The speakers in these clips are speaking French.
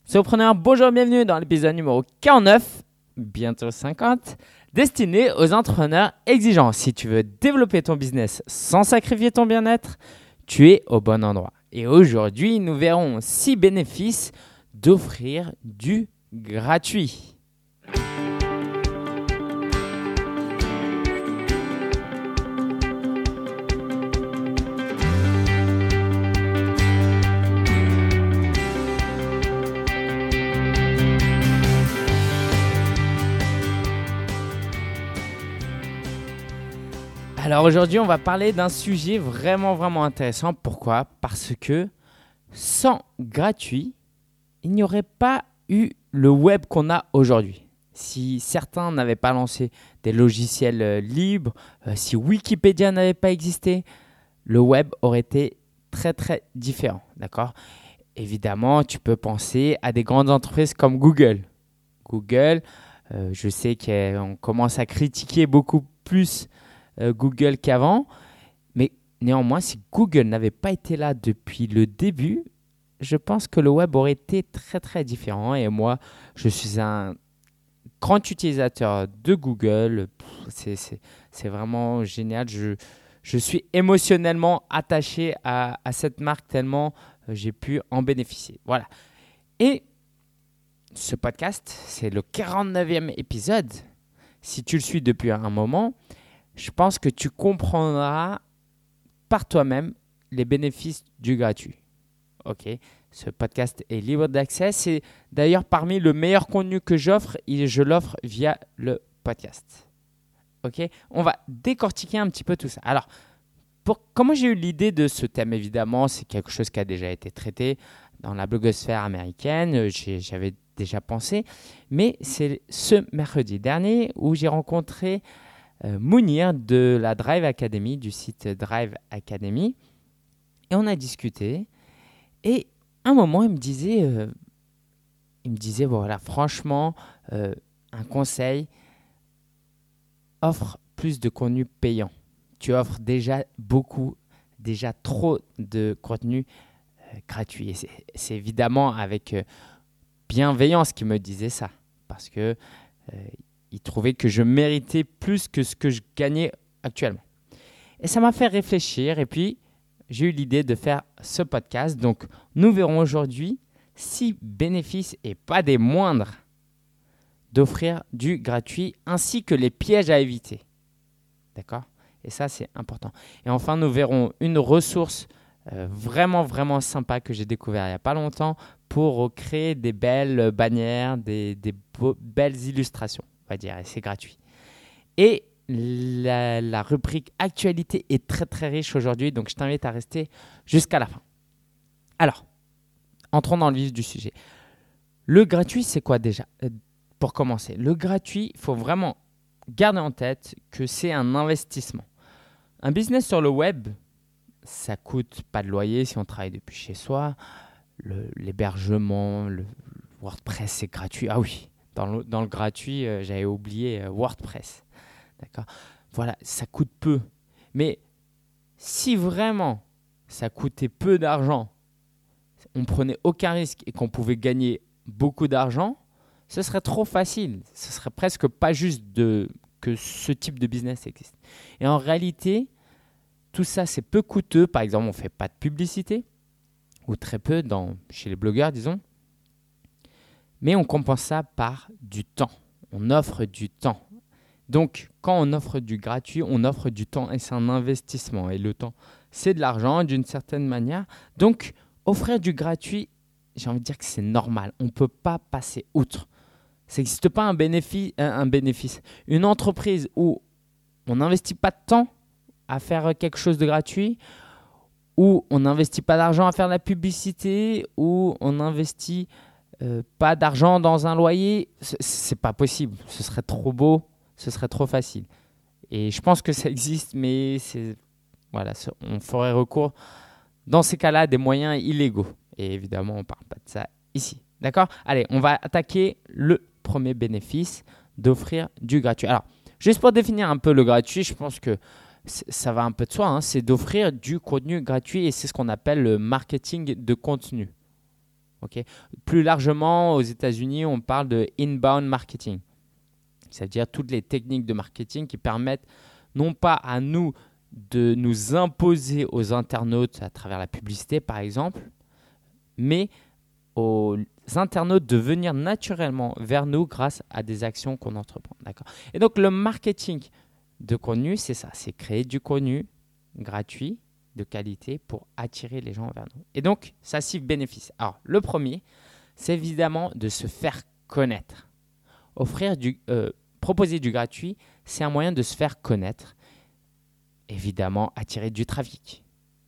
Surpreneur, bonjour, bienvenue dans l'épisode numéro 49, bientôt 50, destiné aux entrepreneurs exigeants. Si tu veux développer ton business sans sacrifier ton bien-être, tu es au bon endroit. Et aujourd'hui, nous verrons 6 bénéfices d'offrir du gratuit. Alors aujourd'hui, on va parler d'un sujet vraiment intéressant. Pourquoi ? Parce que sans gratuit, il n'y aurait pas eu le web qu'on a aujourd'hui. Si certains n'avaient pas lancé des logiciels libres, si Wikipédia n'avait pas existé, le web aurait été très différent. D'accord ? Évidemment, tu peux penser à des grandes entreprises comme Google. Google, je sais qu'on commence à critiquer beaucoup plus Google qu'avant, mais néanmoins, si Google n'avait pas été là depuis le début, je pense que le web aurait été très différent. Et moi, je suis un grand utilisateur de Google. C'est vraiment génial. Je suis émotionnellement attaché à cette marque tellement j'ai pu en bénéficier. Voilà. Et ce podcast, c'est le 49e épisode. Si tu le suis depuis un moment, je pense que tu comprendras par toi-même les bénéfices du gratuit. Ok, ce podcast est libre d'accès. C'est d'ailleurs parmi le meilleur contenu que j'offre et je l'offre via le podcast. Ok, on va décortiquer un petit peu tout ça. Alors, comment j'ai eu l'idée de ce thème ? Évidemment, c'est quelque chose qui a déjà été traité dans la blogosphère américaine. J'avais déjà pensé, mais c'est ce mercredi dernier où j'ai rencontré Mounir de la Drive Academy, du site Drive Academy. Et on a discuté. Et à un moment, il me disait voilà, franchement, un conseil, offre plus de contenu payant. Tu offres déjà trop de contenu gratuit. Et c'est évidemment avec bienveillance qu'il me disait ça. Parce que il trouvait que je méritais plus que ce que je gagnais actuellement. Et ça m'a fait réfléchir et puis j'ai eu l'idée de faire ce podcast. Donc, nous verrons aujourd'hui 6 bénéfices et pas des moindres d'offrir du gratuit ainsi que les pièges à éviter. D'accord ? Et ça, c'est important. Et enfin, nous verrons une ressource vraiment sympa que j'ai découvert il n'y a pas longtemps pour créer des belles bannières, des belles illustrations. On va dire, et c'est gratuit. Et la rubrique actualité est très riche aujourd'hui, donc je t'invite à rester jusqu'à la fin. Alors, entrons dans le vif du sujet. Le gratuit, c'est quoi déjà ? Pour commencer, le gratuit, il faut vraiment garder en tête que c'est un investissement. Un business sur le web, ça ne coûte pas de loyer si on travaille depuis chez soi. L'hébergement, le WordPress, c'est gratuit. Ah oui, dans le gratuit, j'avais oublié WordPress. D'accord ? Voilà, ça coûte peu. Mais si vraiment ça coûtait peu d'argent, on ne prenait aucun risque et qu'on pouvait gagner beaucoup d'argent, ce serait trop facile. Ce serait presque pas juste que ce type de business existe. Et en réalité, tout ça, c'est peu coûteux. Par exemple, on ne fait pas de publicité, ou très peu chez les blogueurs, disons. Mais on compense ça par du temps. On offre du temps. Donc, quand on offre du gratuit, on offre du temps et c'est un investissement. Et le temps, c'est de l'argent d'une certaine manière. Donc, offrir du gratuit, j'ai envie de dire que c'est normal. On ne peut pas passer outre. Ça n'existe pas un bénéfice. Une entreprise où on n'investit pas de temps à faire quelque chose de gratuit, où on n'investit pas d'argent à faire de la publicité, où on n'investit pas d'argent dans un loyer, c'est pas possible. Ce serait trop beau, ce serait trop facile. Et je pense que ça existe, mais on ferait recours dans ces cas-là à des moyens illégaux. Et évidemment, on ne parle pas de ça ici. D'accord ? Allez, on va attaquer le premier bénéfice d'offrir du gratuit. Alors, juste pour définir un peu le gratuit, je pense que ça va un peu de soi, hein, c'est d'offrir du contenu gratuit et c'est ce qu'on appelle le marketing de contenu. Okay. Plus largement, aux États-Unis, on parle de inbound marketing. C'est-à-dire toutes les techniques de marketing qui permettent non pas à nous de nous imposer aux internautes à travers la publicité, par exemple, mais aux internautes de venir naturellement vers nous grâce à des actions qu'on entreprend. D'accord. Et donc, le marketing de contenu, c'est ça. C'est créer du contenu gratuit, de qualité, pour attirer les gens vers nous. Et donc, ça a 6 bénéfices. Alors, le premier, c'est évidemment de se faire connaître. Proposer du gratuit, c'est un moyen de se faire connaître. Évidemment, attirer du trafic.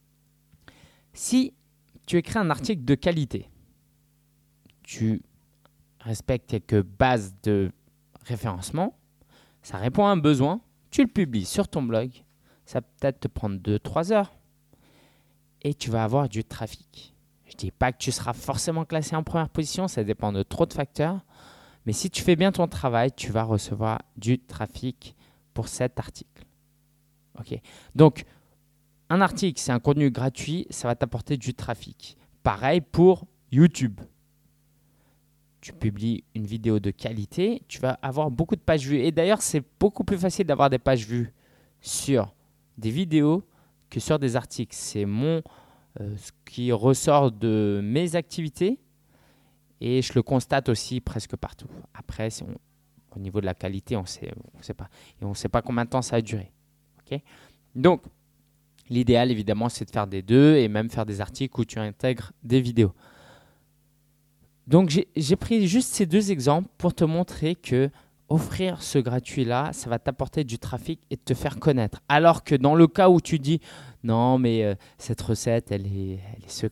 Si tu écris un article de qualité, tu respectes quelques bases de référencement, ça répond à un besoin, tu le publies sur ton blog, ça va peut-être te prendre 2-3 heures et tu vas avoir du trafic. Je ne dis pas que tu seras forcément classé en première position, ça dépend de trop de facteurs, mais si tu fais bien ton travail, tu vas recevoir du trafic pour cet article. Okay. Donc, un article, c'est un contenu gratuit, ça va t'apporter du trafic. Pareil pour YouTube. Tu publies une vidéo de qualité, tu vas avoir beaucoup de pages vues. Et d'ailleurs, c'est beaucoup plus facile d'avoir des pages vues sur des vidéos que sur des articles. C'est ce qui ressort de mes activités et je le constate aussi presque partout. Après, au niveau de la qualité, on sait pas. Et on ne sait pas combien de temps ça va durer. Okay. Donc, l'idéal, évidemment, c'est de faire des deux et même faire des articles où tu intègres des vidéos. Donc, j'ai pris juste ces 2 exemples pour te montrer que offrir ce gratuit-là, ça va t'apporter du trafic et te faire connaître. Alors que dans le cas où tu dis « Non, mais cette recette, elle est secrète »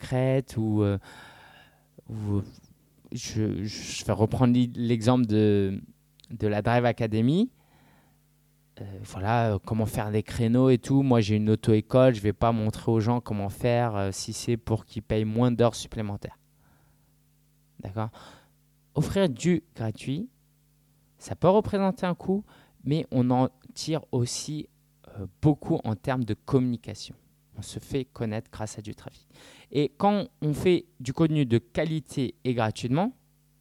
ou je vais reprendre l'exemple de la Drive Academy. Voilà, comment faire des créneaux et tout. Moi, j'ai une auto-école, je ne vais pas montrer aux gens comment faire si c'est pour qu'ils payent moins d'heures supplémentaires. D'accord. Offrir du gratuit, ça peut représenter un coût, mais on en tire aussi beaucoup en termes de communication. On se fait connaître grâce à du trafic. Et quand on fait du contenu de qualité et gratuitement,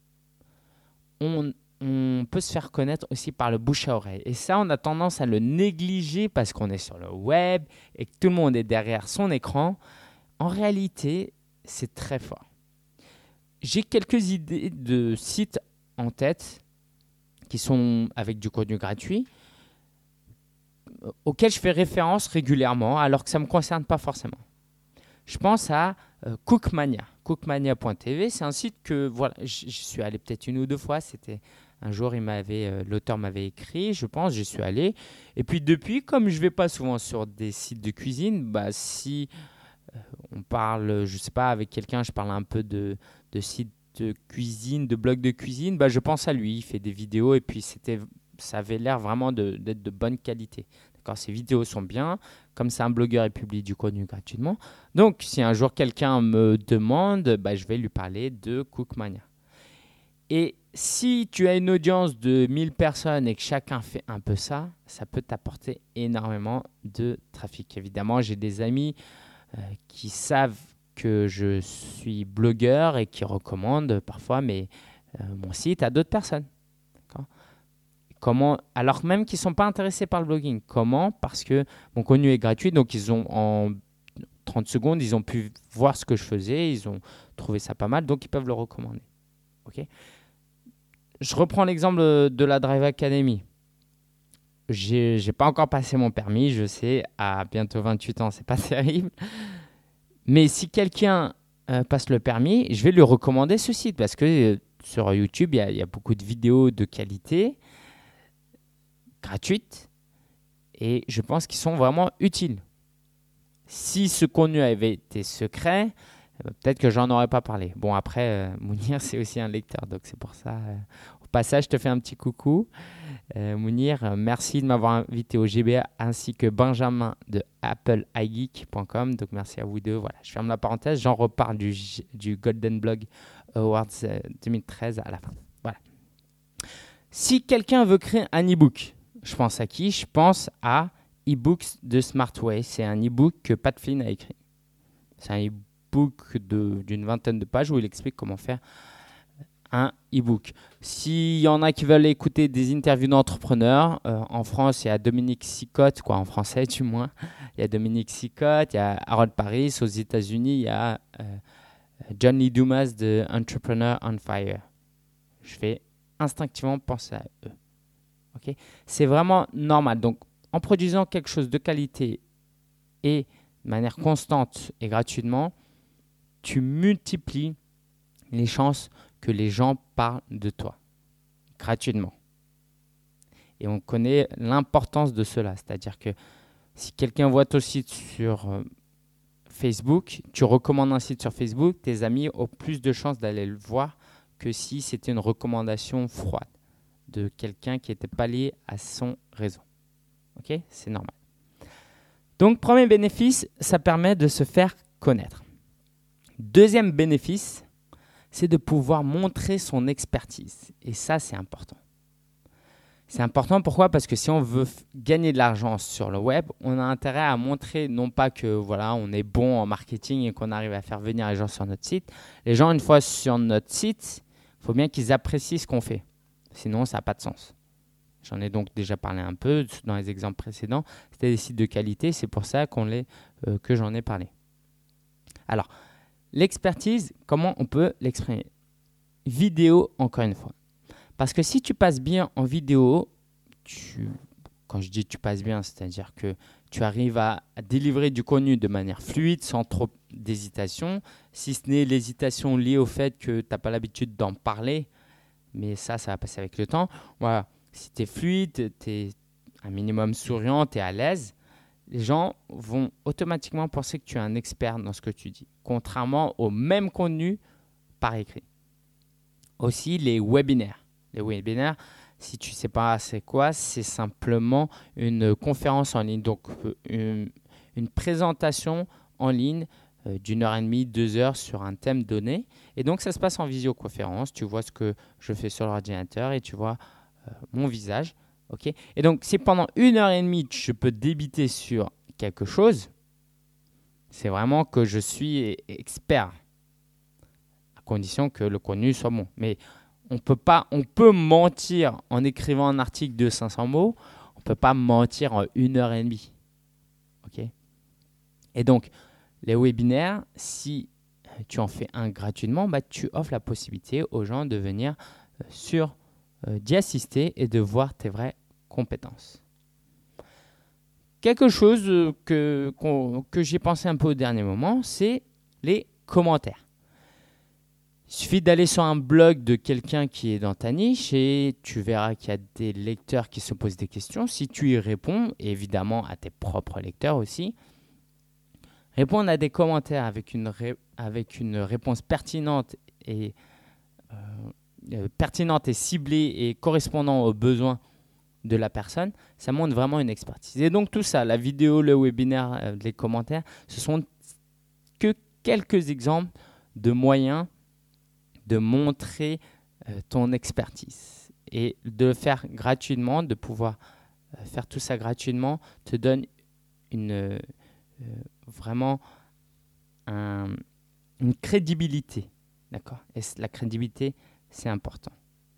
on peut se faire connaître aussi par le bouche à oreille. Et ça, on a tendance à le négliger parce qu'on est sur le web et que tout le monde est derrière son écran. En réalité, c'est très fort. J'ai quelques idées de sites en tête qui sont avec du contenu gratuit auxquels je fais référence régulièrement alors que ça ne me concerne pas forcément. Je pense à Cookmania. Cookmania.tv, c'est un site que voilà, je suis allé peut-être 1 ou 2 fois. C'était un jour, l'auteur m'avait écrit, je pense, j'y suis allé. Et puis depuis, comme je ne vais pas souvent sur des sites de cuisine, si on parle, je ne sais pas, avec quelqu'un, je parle un peu de sites de cuisine, de blogs de cuisine, je pense à lui. Il fait des vidéos et puis ça avait l'air vraiment d'être de bonne qualité. D'accord, ces vidéos sont bien. Comme c'est un blogueur, il publie du contenu gratuitement. Donc, si un jour quelqu'un me demande, je vais lui parler de Cookmania. Et si tu as une audience de 1000 personnes et que chacun fait un peu ça, ça peut t'apporter énormément de trafic. Évidemment, j'ai des amis qui savent que je suis blogueur et qui recommandent parfois mon site à d'autres personnes. D'accord. Comment, alors même qu'ils ne sont pas intéressés par le blogging. Comment? Parce que mon contenu est gratuit, donc en 30 secondes, ils ont pu voir ce que je faisais, ils ont trouvé ça pas mal, donc ils peuvent le recommander. Okay. Je reprends l'exemple de la Drive Academy. Je n'ai pas encore passé mon permis, je sais, à bientôt 28 ans, c'est pas terrible. Mais si quelqu'un passe le permis, je vais lui recommander ce site parce que sur YouTube, il y a beaucoup de vidéos de qualité, gratuites, et je pense qu'ils sont vraiment utiles. Si ce contenu avait été secret, peut-être que j'en aurais pas parlé. Bon, après, Mounir, c'est aussi un lecteur, donc c'est pour ça. Au passage, je te fais un petit coucou. Mounir, merci de m'avoir invité au GBA, ainsi que Benjamin de appleigeek.com. Donc, merci à vous deux. Voilà, je ferme la parenthèse. J'en reparle du Golden Blog Awards 2013 à la fin. Voilà. Si quelqu'un veut créer un e-book, je pense à qui? Je pense à eBooks de Smartway. C'est un e-book que Pat Flynn a écrit. C'est un book d'une vingtaine de pages où il explique comment faire un e-book. S'il y en a qui veulent écouter des interviews d'entrepreneurs, en France, il y a Dominique Sicotte, en français du moins. Il y a Dominique Sicotte, il y a Harold Paris. Aux États-Unis, il y a John Lee Dumas de Entrepreneur on Fire. Je vais instinctivement penser à eux. Okay? C'est vraiment normal. Donc, en produisant quelque chose de qualité et de manière constante et gratuitement, tu multiplies les chances que les gens parlent de toi gratuitement. Et on connaît l'importance de cela. C'est-à-dire que si quelqu'un voit ton site sur Facebook, tu recommandes un site sur Facebook, tes amis ont plus de chances d'aller le voir que si c'était une recommandation froide de quelqu'un qui n'était pas lié à son réseau. Ok ? C'est normal. Donc, premier bénéfice, ça permet de se faire connaître. Deuxième bénéfice, c'est de pouvoir montrer son expertise. Et ça, c'est important. C'est important, pourquoi ? Parce que si on veut gagner de l'argent sur le web, on a intérêt à montrer non pas que on est bon en marketing et qu'on arrive à faire venir les gens sur notre site. Les gens, une fois sur notre site, il faut bien qu'ils apprécient ce qu'on fait. Sinon, ça n'a pas de sens. J'en ai donc déjà parlé un peu dans les exemples précédents. C'était des sites de qualité, c'est pour ça que j'en ai parlé. Alors, l'expertise, comment on peut l'exprimer ? Vidéo, encore une fois. Parce que si tu passes bien en vidéo, quand je dis tu passes bien, c'est-à-dire que tu arrives à délivrer du contenu de manière fluide, sans trop d'hésitation, si ce n'est l'hésitation liée au fait que tu n'as pas l'habitude d'en parler, mais ça va passer avec le temps. Voilà. Si tu es fluide, tu es un minimum souriant, tu es à l'aise, les gens vont automatiquement penser que tu es un expert dans ce que tu dis, contrairement au même contenu par écrit. Aussi, les webinaires. Les webinaires, si tu ne sais pas c'est quoi, c'est simplement une conférence en ligne, donc une présentation en ligne d'une heure et demie, 2 heures sur un thème donné. Et donc, ça se passe en visioconférence. Tu vois ce que je fais sur l'ordinateur et tu vois mon visage. Okay ? Et donc, si pendant 1 heure et demie, je peux débiter sur quelque chose, c'est vraiment que je suis expert, à condition que le contenu soit bon. Mais on peut mentir en écrivant un article de 500 mots, on ne peut pas mentir en 1 heure et demie. Okay ? Et donc, les webinaires, si tu en fais un gratuitement, tu offres la possibilité aux gens de venir d'y assister et de voir tes vraies compétences. Quelque chose que j'ai pensé un peu au dernier moment, c'est les commentaires. Il suffit d'aller sur un blog de quelqu'un qui est dans ta niche et tu verras qu'il y a des lecteurs qui se posent des questions. Si tu y réponds, et évidemment à tes propres lecteurs aussi, répondre à des commentaires avec une réponse pertinente et ciblée et correspondant aux besoins de la personne, ça montre vraiment une expertise. Et donc tout ça, la vidéo, le webinaire, les commentaires, ce sont que quelques exemples de moyens de montrer ton expertise. Et de le faire gratuitement, de pouvoir faire tout ça gratuitement, te donne vraiment une crédibilité. D'accord ? Et la crédibilité, c'est important.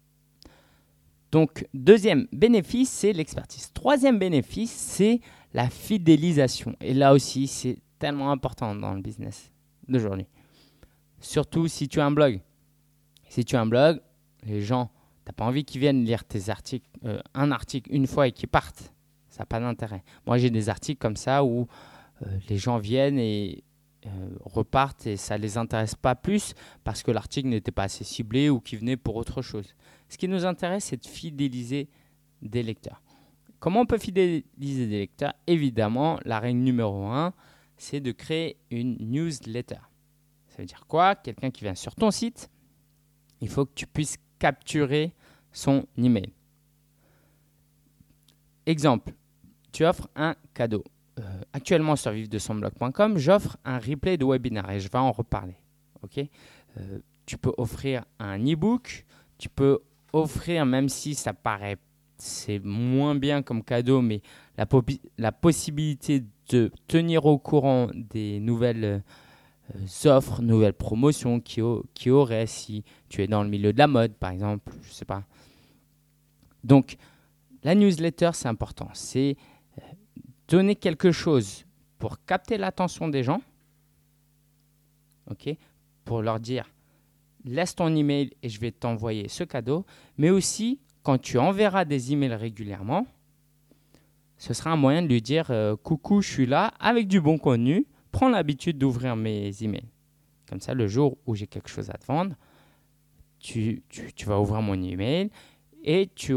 Donc, deuxième bénéfice, c'est l'expertise. Troisième bénéfice, c'est la fidélisation. Et là aussi, c'est tellement important dans le business d'aujourd'hui. Surtout si tu as un blog. Si tu as un blog, les gens, tu n'as pas envie qu'ils viennent lire tes articles, un article une fois et qu'ils partent. Ça n'a pas d'intérêt. Moi, j'ai des articles comme ça où les gens viennent et repartent et ça ne les intéresse pas plus parce que l'article n'était pas assez ciblé ou qu'ils venaient pour autre chose. Ce qui nous intéresse, c'est de fidéliser des lecteurs. Comment on peut fidéliser des lecteurs ? Évidemment, la règle numéro 1, c'est de créer une newsletter. Ça veut dire quoi ? Quelqu'un qui vient sur ton site, il faut que tu puisses capturer son email. Exemple, tu offres un cadeau. Actuellement sur vivredesonblog.com, j'offre un replay de webinaire et je vais en reparler. Okay ? Tu peux offrir un e-book, tu peux offrir, même si ça paraît, c'est moins bien comme cadeau, mais la possibilité de tenir au courant des nouvelles offres, nouvelles promotions qu'il y aurait si tu es dans le milieu de la mode, par exemple, je ne sais pas. Donc, la newsletter, c'est important. C'est donner quelque chose pour capter l'attention des gens, ok, pour leur dire laisse ton email et je vais t'envoyer ce cadeau, mais aussi quand tu enverras des emails régulièrement, ce sera un moyen de lui dire coucou, je suis là avec du bon contenu, prends l'habitude d'ouvrir mes emails. Comme ça, le jour où j'ai quelque chose à te vendre, tu vas ouvrir mon email et tu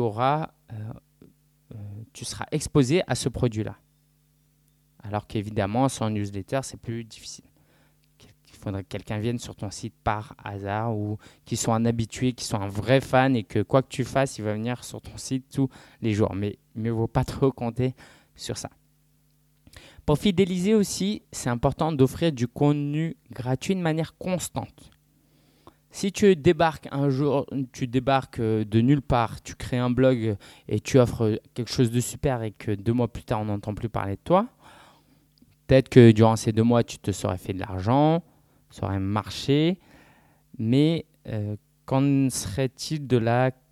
seras exposé à ce produit-là. Alors qu'évidemment, sans newsletter, c'est plus difficile. Il faudrait que quelqu'un vienne sur ton site par hasard ou qu'il soit un habitué, qu'il soit un vrai fan et que quoi que tu fasses, il va venir sur ton site tous les jours. Mais il ne vaut pas trop compter sur ça. Pour fidéliser aussi, c'est important d'offrir du contenu gratuit de manière constante. Si tu débarques un jour, tu débarques de nulle part, tu crées un blog et tu offres quelque chose de super et que 2 mois plus tard, on n'entend plus parler de toi, peut-être que durant ces 2 mois, tu te serais fait de l'argent, ça aurait marché, mais qu'en serait-il de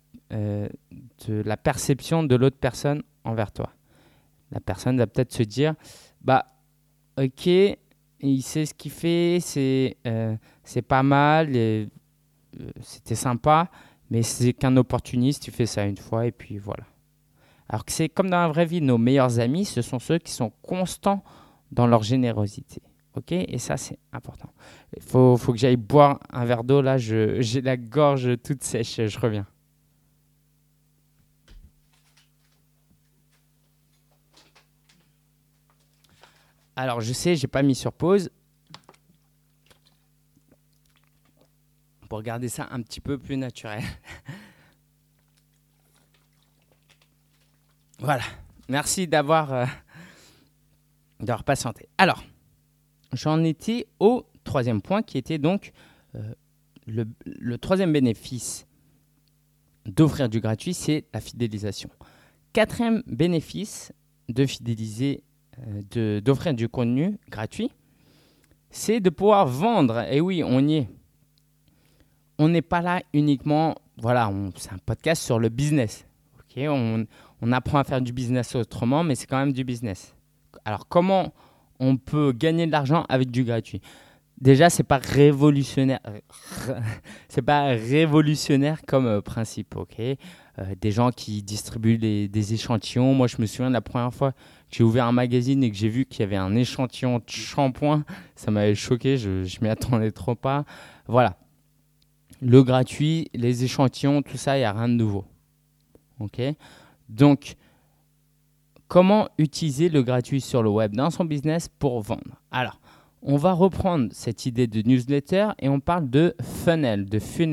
la perception de l'autre personne envers toi? La personne va peut-être se dire, ok, il sait ce qu'il fait, c'est pas mal, c'était sympa, mais c'est qu'un opportuniste, tu fais ça une fois et puis voilà. Alors que c'est comme dans la vraie vie, nos meilleurs amis, ce sont ceux qui sont constants dans leur générosité. Ok, et ça, c'est important. Il faut que j'aille boire un verre d'eau. Là, j'ai la gorge toute sèche. Je reviens. Alors, je sais, je n'ai pas mis sur pause. Pour garder ça un petit peu plus naturel. Voilà. Merci d'avoir patienté. Alors, j'en étais au 3e point qui était donc le 3e bénéfice d'offrir du gratuit, c'est la fidélisation. 4e bénéfice de fidéliser, d'offrir du contenu gratuit, c'est de pouvoir vendre. Et oui, on y est. On n'est pas là uniquement, c'est un podcast sur le business. Okay, on apprend à faire du business autrement, mais c'est quand même du business. Alors, comment on peut gagner de l'argent avec du gratuit? Déjà, c'est pas révolutionnaire. C'est pas révolutionnaire comme principe, ok? Des gens qui distribuent des échantillons. Moi, je me souviens de la première fois que j'ai ouvert un magazine et que j'ai vu qu'il y avait un échantillon de shampoing. Ça m'avait choqué. Je m'y attendais trop pas. Voilà. Le gratuit, les échantillons, tout ça, il n'y a rien de nouveau. Ok? Donc, comment utiliser le gratuit sur le web dans son business pour vendre? Alors, on va reprendre cette idée de newsletter et on parle de funnel,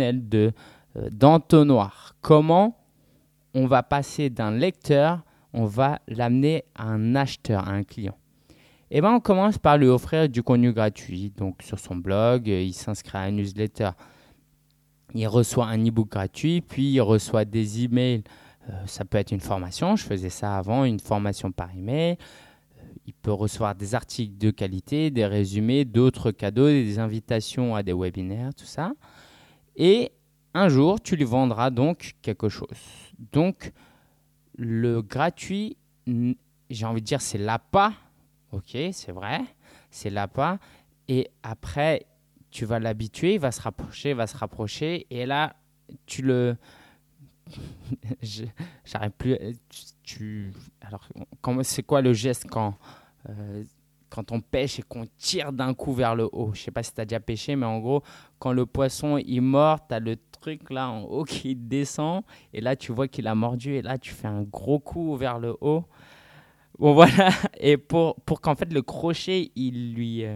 d'entonnoir. Comment on va passer d'un lecteur, on va l'amener à un acheteur, à un client? Eh bien, on commence par lui offrir du contenu gratuit. Donc, sur son blog, il s'inscrit à un newsletter. Il reçoit un e-book gratuit, puis il reçoit des emails. Ça peut être une formation. Je faisais ça avant, une formation par email. Il peut recevoir des articles de qualité, des résumés, d'autres cadeaux, des invitations à des webinaires, tout ça. Et un jour, tu lui vendras donc quelque chose. Donc, le gratuit, j'ai envie de dire, c'est l'appât. Ok, c'est vrai, c'est l'appât. Et après, tu vas l'habituer, il va se rapprocher. Et là, tu le... J'arrive plus... Alors, c'est quoi le geste quand on pêche et qu'on tire d'un coup vers le haut? Je ne sais pas si tu as déjà pêché, mais en gros, quand le poisson il mord, tu as le truc là en haut qui descend. Et là, tu vois qu'il a mordu. Et là, tu fais un gros coup vers le haut. Bon, voilà. Et pour qu'en fait, le crochet, il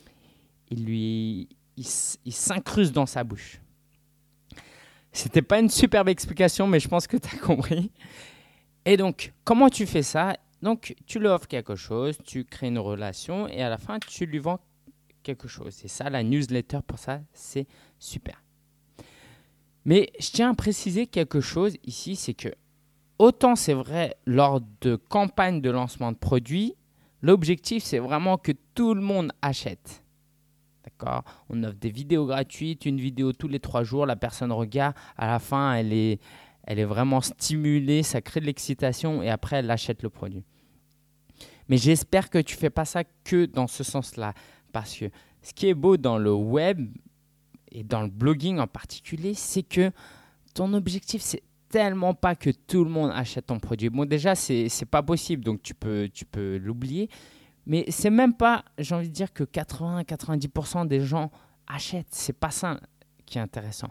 s'incruste dans sa bouche. C'était pas une superbe explication, mais je pense que tu as compris. Et donc, comment tu fais ça? Donc, tu lui offres quelque chose, tu crées une relation et à la fin, tu lui vends quelque chose. C'est ça, la newsletter, pour ça, c'est super. Mais je tiens à préciser quelque chose ici, c'est que autant c'est vrai lors de campagnes de lancement de produits, l'objectif, c'est vraiment que tout le monde achète. D'accord? On offre des vidéos gratuites, une vidéo tous les 3 jours, la personne regarde, à la fin, elle est vraiment stimulée, ça crée de l'excitation et après, elle achète le produit. Mais j'espère que tu ne fais pas ça que dans ce sens-là. Parce que ce qui est beau dans le web et dans le blogging en particulier, c'est que ton objectif, c'est tellement pas que tout le monde achète ton produit. Bon, déjà, c'est pas possible, donc tu peux l'oublier. Mais c'est même pas, j'ai envie de dire, que 80-90% des gens achètent. C'est pas ça qui est intéressant.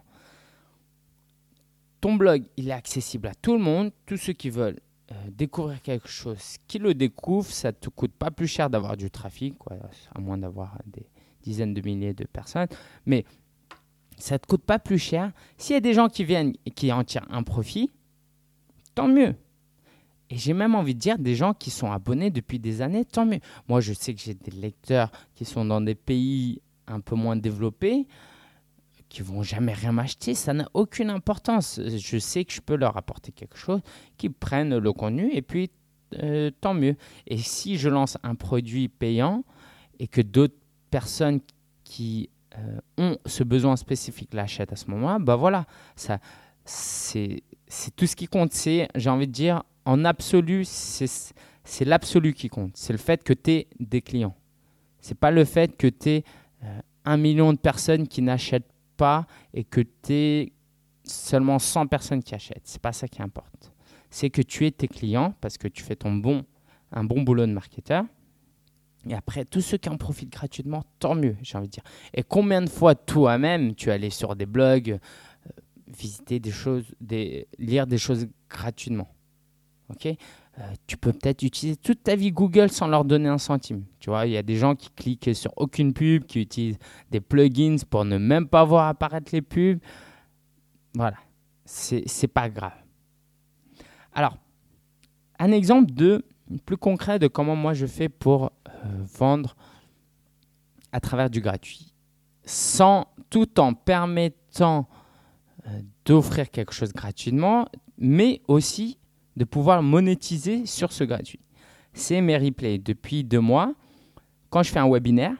Ton blog, il est accessible à tout le monde, tous ceux qui veulent découvrir quelque chose, qui le découvrent, ça ne te coûte pas plus cher d'avoir du trafic, quoi, à moins d'avoir des dizaines de milliers de personnes. Mais ça ne te coûte pas plus cher. S'il y a des gens qui viennent et qui en tirent un profit, tant mieux. Et j'ai même envie de dire des gens qui sont abonnés depuis des années, tant mieux. Moi, je sais que j'ai des lecteurs qui sont dans des pays un peu moins développés, qui ne vont jamais rien m'acheter. Ça n'a aucune importance. Je sais que je peux leur apporter quelque chose, qu'ils prennent le contenu et puis tant mieux. Et si je lance un produit payant et que d'autres personnes qui ont ce besoin spécifique l'achètent à ce moment-là, bah voilà, ça, c'est tout ce qui compte. C'est, j'ai envie de dire, en absolu, c'est l'absolu qui compte. C'est le fait que tu aies des clients. Ce n'est pas le fait que tu aies 1 million de personnes qui n'achètent pas et que tu aies seulement 100 personnes qui achètent. Ce n'est pas ça qui importe. C'est que tu aies tes clients parce que tu fais un bon boulot de marketeur. Et après, tous ceux qui en profitent gratuitement, tant mieux, j'ai envie de dire. Et combien de fois toi-même, tu es allé sur des blogs, visiter des choses, lire des choses gratuitement. Okay, tu peux peut-être utiliser toute ta vie Google sans leur donner un centime. Tu vois, il y a des gens qui cliquent sur aucune pub, qui utilisent des plugins pour ne même pas voir apparaître les pubs. Voilà, c'est pas grave. Alors, un exemple plus concret de comment moi je fais pour vendre à travers du gratuit, tout en permettant d'offrir quelque chose gratuitement, mais aussi de pouvoir monétiser sur ce gratuit. C'est mes replays. Depuis 2 mois, quand je fais un webinaire,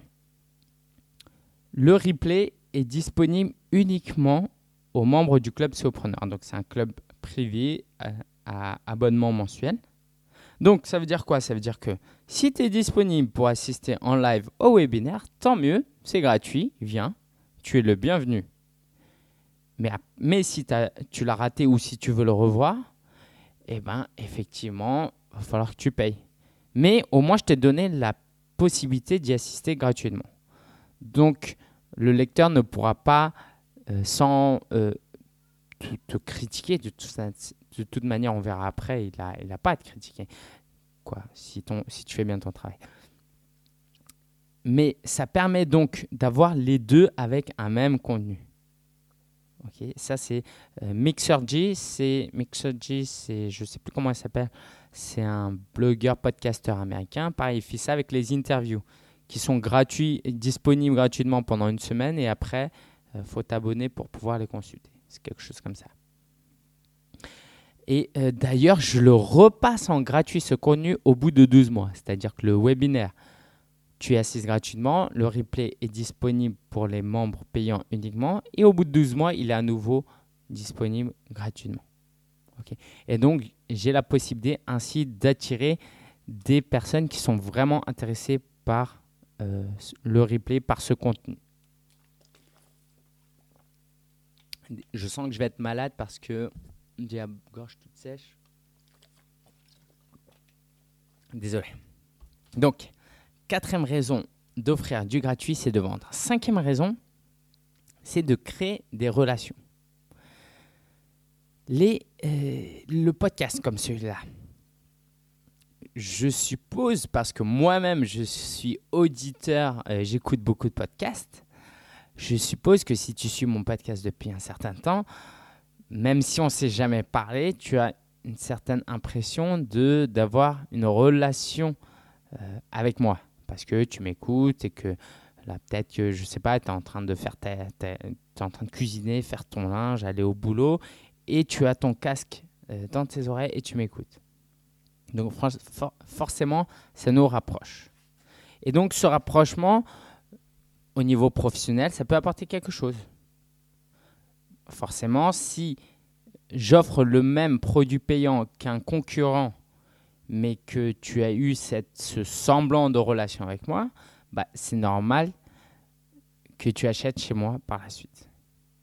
le replay est disponible uniquement aux membres du club Solopreneur. Donc, c'est un club privé à abonnement mensuel. Donc, ça veut dire quoi? Ça veut dire que si tu es disponible pour assister en live au webinaire, tant mieux, c'est gratuit, viens, tu es le bienvenu. Mais si tu l'as raté ou si tu veux le revoir, eh bien, effectivement, il va falloir que tu payes. Mais au moins, je t'ai donné la possibilité d'y assister gratuitement. Donc, le lecteur ne pourra pas, sans te critiquer, de toute manière, on verra après, il n'a pas à te critiquer, quoi, si tu fais bien ton travail. Mais ça permet donc d'avoir les deux avec un même contenu. Okay, ça, c'est Mixergy. Mixergy, je ne sais plus comment il s'appelle. C'est un blogueur, podcasteur américain. Pareil, il fait ça avec les interviews qui sont gratuits, disponibles gratuitement pendant 1 semaine. Et après, il faut t'abonner pour pouvoir les consulter. C'est quelque chose comme ça. Et d'ailleurs, je le repasse en gratuit, ce contenu, au bout de 12 mois. C'est-à-dire que le webinaire, tu es assis gratuitement, le replay est disponible pour les membres payants uniquement et au bout de 12 mois, il est à nouveau disponible gratuitement. Okay. Et donc, j'ai la possibilité ainsi d'attirer des personnes qui sont vraiment intéressées par le replay, par ce contenu. Je sens que je vais être malade parce que j'ai la gorge toute sèche. Désolé. Donc, 4e raison d'offrir du gratuit, c'est de vendre. 5e raison, c'est de créer des relations. Le podcast comme celui-là, je suppose, parce que moi-même, je suis auditeur, j'écoute beaucoup de podcasts, je suppose que si tu suis mon podcast depuis un certain temps, même si on ne s'est jamais parlé, tu as une certaine impression d'avoir une relation avec moi. Parce que tu m'écoutes et que là, peut-être que, je ne sais pas, tu es en train de faire t'es en train de cuisiner, faire ton linge, aller au boulot et tu as ton casque dans tes oreilles et tu m'écoutes. Donc, forcément, ça nous rapproche. Et donc, ce rapprochement, au niveau professionnel, ça peut apporter quelque chose. Forcément, si j'offre le même produit payant qu'un concurrent, mais que tu as eu ce semblant de relation avec moi, c'est normal que tu achètes chez moi par la suite. OK ?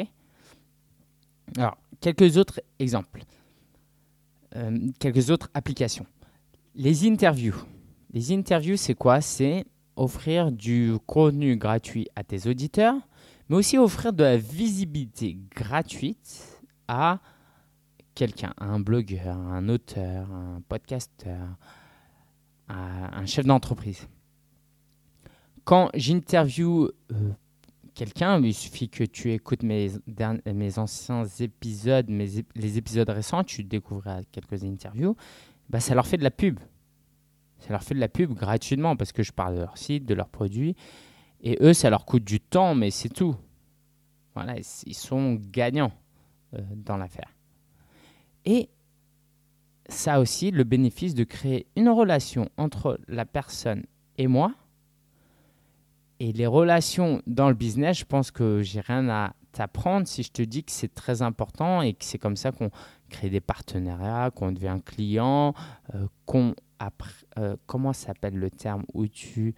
Alors, quelques autres exemples, quelques autres applications. Les interviews. Les interviews, c'est quoi ? C'est offrir du contenu gratuit à tes auditeurs, mais aussi offrir de la visibilité gratuite à quelqu'un, un blogueur, un auteur, un podcasteur, un chef d'entreprise. Quand j'interviewe quelqu'un, il suffit que tu écoutes mes anciens épisodes, les épisodes récents, tu découvriras quelques interviews, ça leur fait de la pub. Ça leur fait de la pub gratuitement parce que je parle de leur site, de leurs produits. Et eux, ça leur coûte du temps, mais c'est tout. Voilà, ils sont gagnants dans l'affaire. Et ça a aussi le bénéfice de créer une relation entre la personne et moi. Et les relations dans le business, je pense que j'ai rien à t'apprendre si je te dis que c'est très important et que c'est comme ça qu'on crée des partenariats, qu'on devient client, comment s'appelle le terme où tu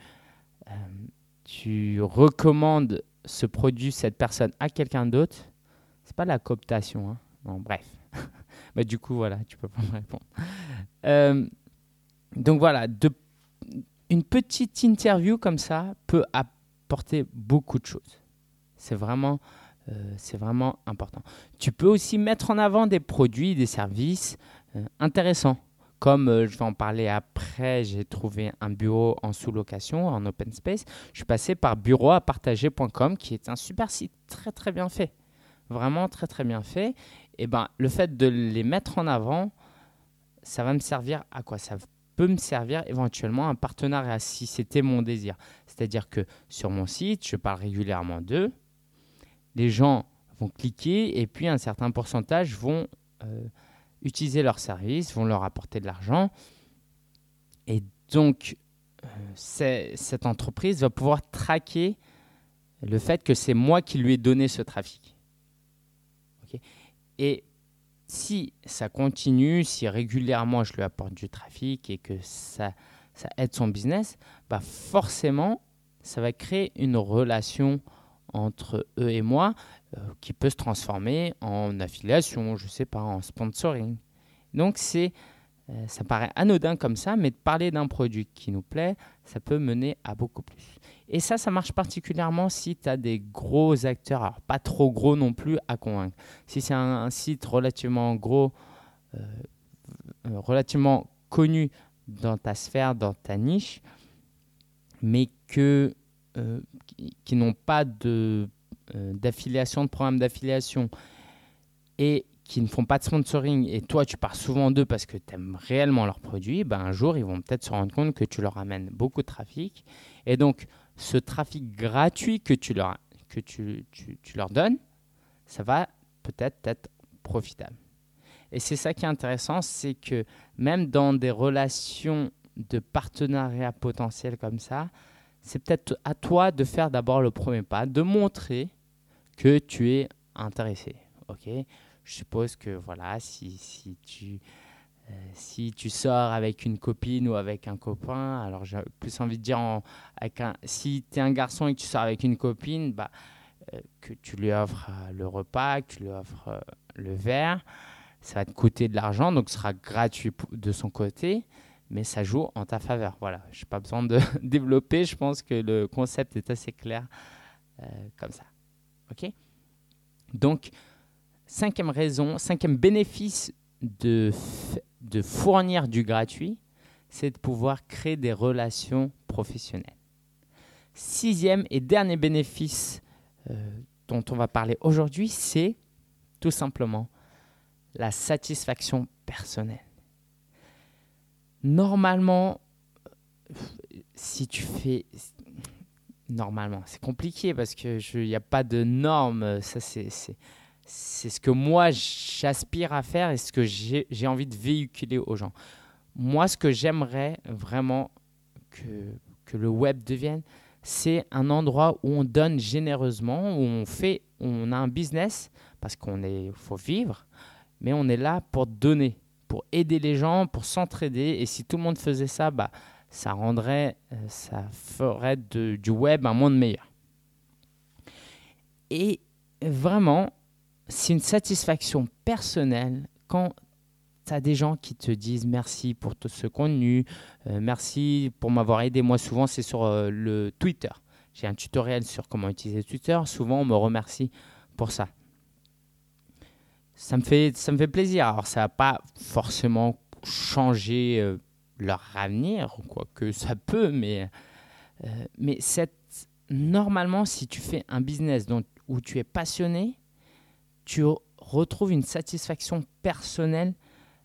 recommandes ce produit, cette personne à quelqu'un d'autre. C'est pas la cooptation, hein. Bon, bref. Du coup, voilà, tu peux pas me répondre. Donc voilà, une petite interview comme ça peut apporter beaucoup de choses. C'est vraiment important. Tu peux aussi mettre en avant des produits, des services intéressants. Comme je vais en parler après, j'ai trouvé un bureau en sous-location, en open space. Je suis passé par bureauapartager.com qui est un super site très très bien fait. Vraiment très très bien fait. Et le fait de les mettre en avant, ça va me servir à quoi ? Ça peut me servir éventuellement un partenariat si c'était mon désir. C'est-à-dire que sur mon site, je parle régulièrement d'eux. Les gens vont cliquer et puis un certain pourcentage vont utiliser leur service, vont leur apporter de l'argent. Et donc, cette entreprise va pouvoir traquer le fait que c'est moi qui lui ai donné ce trafic. Okay ? Et si ça continue, si régulièrement je lui apporte du trafic et que ça aide son business, forcément, ça va créer une relation entre eux et moi qui peut se transformer en affiliation, je sais pas, en sponsoring. Donc ça paraît anodin comme ça, mais de parler d'un produit qui nous plaît, ça peut mener à beaucoup plus. Et ça marche particulièrement si tu as des gros acteurs, alors pas trop gros non plus à convaincre. Si c'est un site relativement gros, relativement connu dans ta sphère, dans ta niche, mais qui n'ont pas d'affiliation, de programme d'affiliation et qui ne font pas de sponsoring et toi tu pars souvent d'eux parce que tu aimes réellement leurs produits, un jour ils vont peut-être se rendre compte que tu leur amènes beaucoup de trafic et donc ce trafic gratuit que tu leur donnes, ça va peut-être être profitable. Et c'est ça qui est intéressant, c'est que même dans des relations de partenariat potentiel comme ça, c'est peut-être à toi de faire d'abord le premier pas, de montrer que tu es intéressé. Ok ? Je suppose que voilà, si tu sors avec une copine ou avec un copain, alors j'ai plus envie de dire si tu es un garçon et que tu sors avec une copine, que tu lui offres le repas, que tu lui offres le verre, ça va te coûter de l'argent, donc ce sera gratuit de son côté, mais ça joue en ta faveur. Voilà, je n'ai pas besoin de développer, je pense que le concept est assez clair comme ça. Ok ? Donc, cinquième bénéfice de fournir du gratuit, c'est de pouvoir créer des relations professionnelles. Sixième et dernier bénéfice dont on va parler aujourd'hui, c'est tout simplement la satisfaction personnelle. Normalement, Normalement, c'est compliqué parce qu'il n'y a pas de normes. Ça, c'est ce que moi, j'aspire à faire et ce que j'ai envie de véhiculer aux gens. Moi, ce que j'aimerais vraiment que le web devienne, c'est un endroit où on donne généreusement, où on a un business parce faut vivre, mais on est là pour donner, pour aider les gens, pour s'entraider. Et si tout le monde faisait ça, ça ferait du web un monde meilleur. Et vraiment, c'est une satisfaction personnelle quand tu as des gens qui te disent merci pour tout ce contenu, merci pour m'avoir aidé. Moi, souvent, c'est sur le Twitter. J'ai un tutoriel sur comment utiliser Twitter. Souvent, on me remercie pour ça. Ça me fait plaisir. Alors, ça ne va pas forcément changer leur avenir, quoique ça peut, mais normalement, si tu fais un business où tu es passionné, tu retrouves une satisfaction personnelle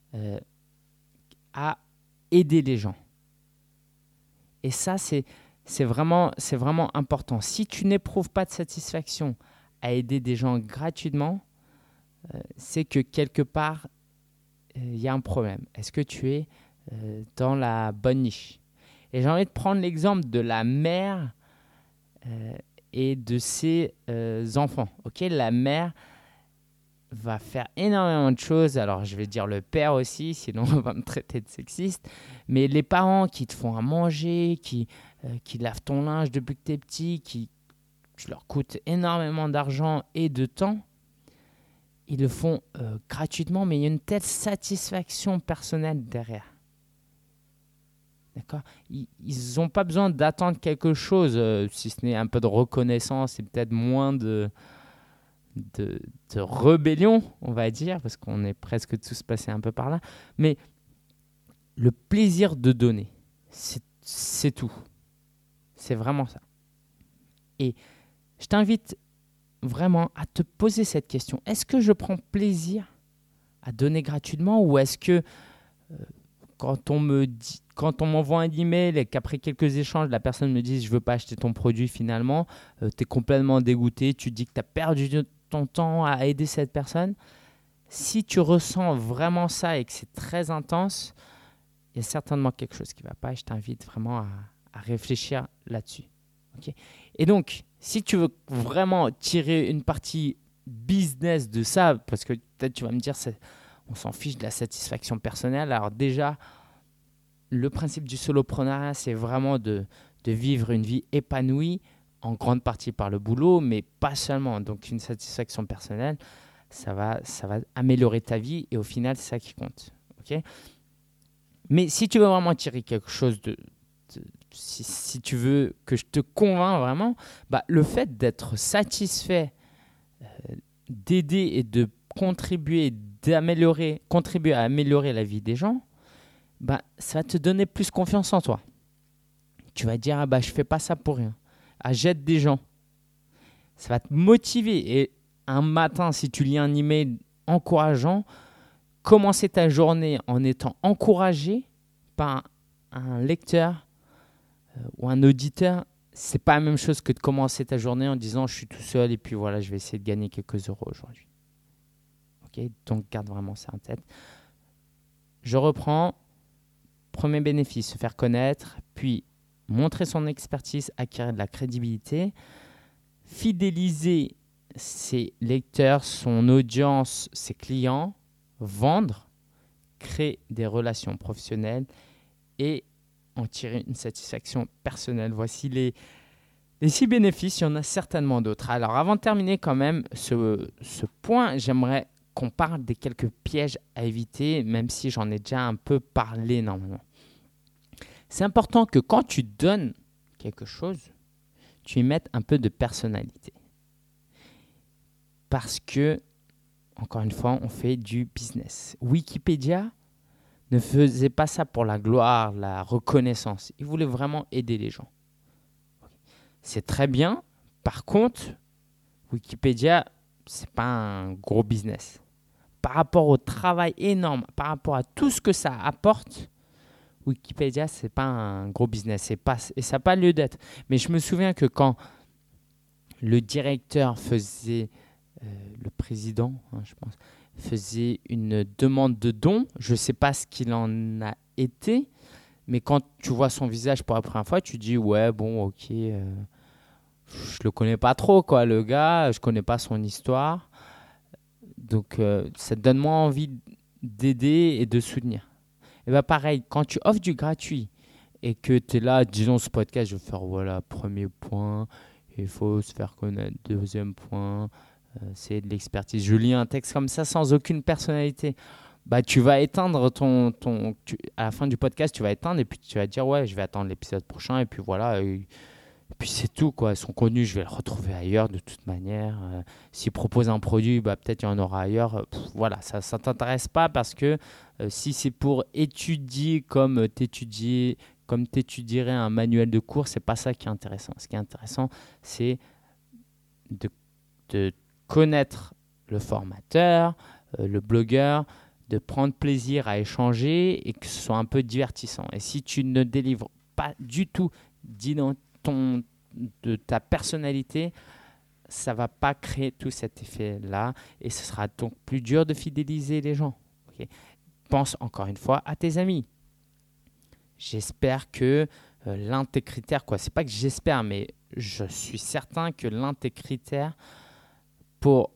à aider les gens. Et ça, c'est vraiment important. Si tu n'éprouves pas de satisfaction à aider des gens gratuitement, c'est que quelque part, il y a un problème. Est-ce que tu es dans la bonne niche? Et j'ai envie de prendre l'exemple de la mère et de ses enfants. La mère va faire énormément de choses. Alors, je vais dire le père aussi, sinon on va me traiter de sexiste. Mais les parents qui te font à manger, qui lavent ton linge depuis que tu es petit, qui leur coûtent énormément d'argent et de temps, ils le font gratuitement, mais il y a une telle satisfaction personnelle derrière. D'accord ? Ils n'ont pas besoin d'attendre quelque chose, si ce n'est un peu de reconnaissance et peut-être moins de rébellion, on va dire, parce qu'on est presque tous passés un peu par là. Mais le plaisir de donner, c'est tout. C'est vraiment ça. Et je t'invite vraiment à te poser cette question. Est-ce que je prends plaisir à donner gratuitement, ou est-ce que quand on m'envoie un email et qu'après quelques échanges, la personne me dit « je ne veux pas acheter ton produit » finalement, tu es complètement dégoûté, tu dis que tu as perdu ton temps à aider cette personne. Si tu ressens vraiment ça et que c'est très intense, il y a certainement quelque chose qui ne va pas, et je t'invite vraiment à réfléchir là-dessus. Okay ? Et donc, si tu veux vraiment tirer une partie business de ça, parce que peut-être tu vas me dire on s'en fiche de la satisfaction personnelle. Alors déjà, le principe du soloprenariat, c'est vraiment de vivre une vie épanouie, en grande partie par le boulot, mais pas seulement. Donc une satisfaction personnelle, ça va améliorer ta vie, et au final, c'est ça qui compte. Okay ? Mais si tu veux vraiment tirer quelque chose si tu veux que je te convainc vraiment, le fait d'être satisfait, d'aider et de contribuer à améliorer la vie des gens, ça va te donner plus confiance en toi. Tu vas dire, je fais pas ça pour rien. J'aide des gens. Ça va te motiver. Et un matin, si tu lis un email encourageant, commencer ta journée en étant encouragé par un lecteur ou un auditeur, c'est pas la même chose que de commencer ta journée en disant je suis tout seul et puis voilà, je vais essayer de gagner quelques euros aujourd'hui. Okay ? Donc garde vraiment ça en tête. Je reprends. Premier bénéfice, se faire connaître, puis montrer son expertise, acquérir de la crédibilité, fidéliser ses lecteurs, son audience, ses clients, vendre, créer des relations professionnelles et en tirer une satisfaction personnelle. Voici les 6 bénéfices, il y en a certainement d'autres. Alors avant de terminer quand même ce point, j'aimerais qu'on parle des quelques pièges à éviter, même si j'en ai déjà un peu parlé normalement. C'est important que quand tu donnes quelque chose, tu y mettes un peu de personnalité. Parce que, encore une fois, on fait du business. Wikipédia ne faisait pas ça pour la gloire, la reconnaissance. Il voulait vraiment aider les gens. C'est très bien. Par contre, Wikipédia, ce n'est pas un gros business. Par rapport au travail énorme, par rapport à tout ce que ça apporte, Wikipédia, ce n'est pas un gros business et ça n'a pas lieu d'être. Mais je me souviens que quand le directeur faisait, le président, je pense, faisait une demande de don, je ne sais pas ce qu'il en a été, mais quand tu vois son visage pour la première fois, tu dis « ouais, bon, ok, je le connais pas trop, quoi, le gars. Je connais pas son histoire. Donc, ça te donne moins envie d'aider et de soutenir. Et bien, pareil, quand tu offres du gratuit et que tu es là, disons ce podcast, je vais faire, voilà, premier point, il faut se faire connaître. Deuxième point, c'est de l'expertise. Je lis un texte comme ça sans aucune personnalité. Bah, tu vas éteindre à la fin du podcast, tu vas éteindre et puis tu vas dire, ouais, je vais attendre l'épisode prochain et puis voilà. Et puis c'est tout, quoi. Son contenu, je vais le retrouver ailleurs de toute manière. S'il propose un produit, bah, peut-être il y en aura ailleurs. Voilà, ça ne t'intéresse pas parce que si c'est pour étudier comme t'étudierais un manuel de cours, c'est pas ça qui est intéressant. Ce qui est intéressant, c'est de connaître le formateur, le blogueur, de prendre plaisir à échanger et que ce soit un peu divertissant. Et si tu ne délivres pas du tout de ta personnalité, ça ne va pas créer tout cet effet-là et ce sera donc plus dur de fidéliser les gens. Okay. Pense encore une fois à tes amis. J'espère que l'un de tes critères, c'est pas que j'espère, mais je suis certain que l'un de tes critères pour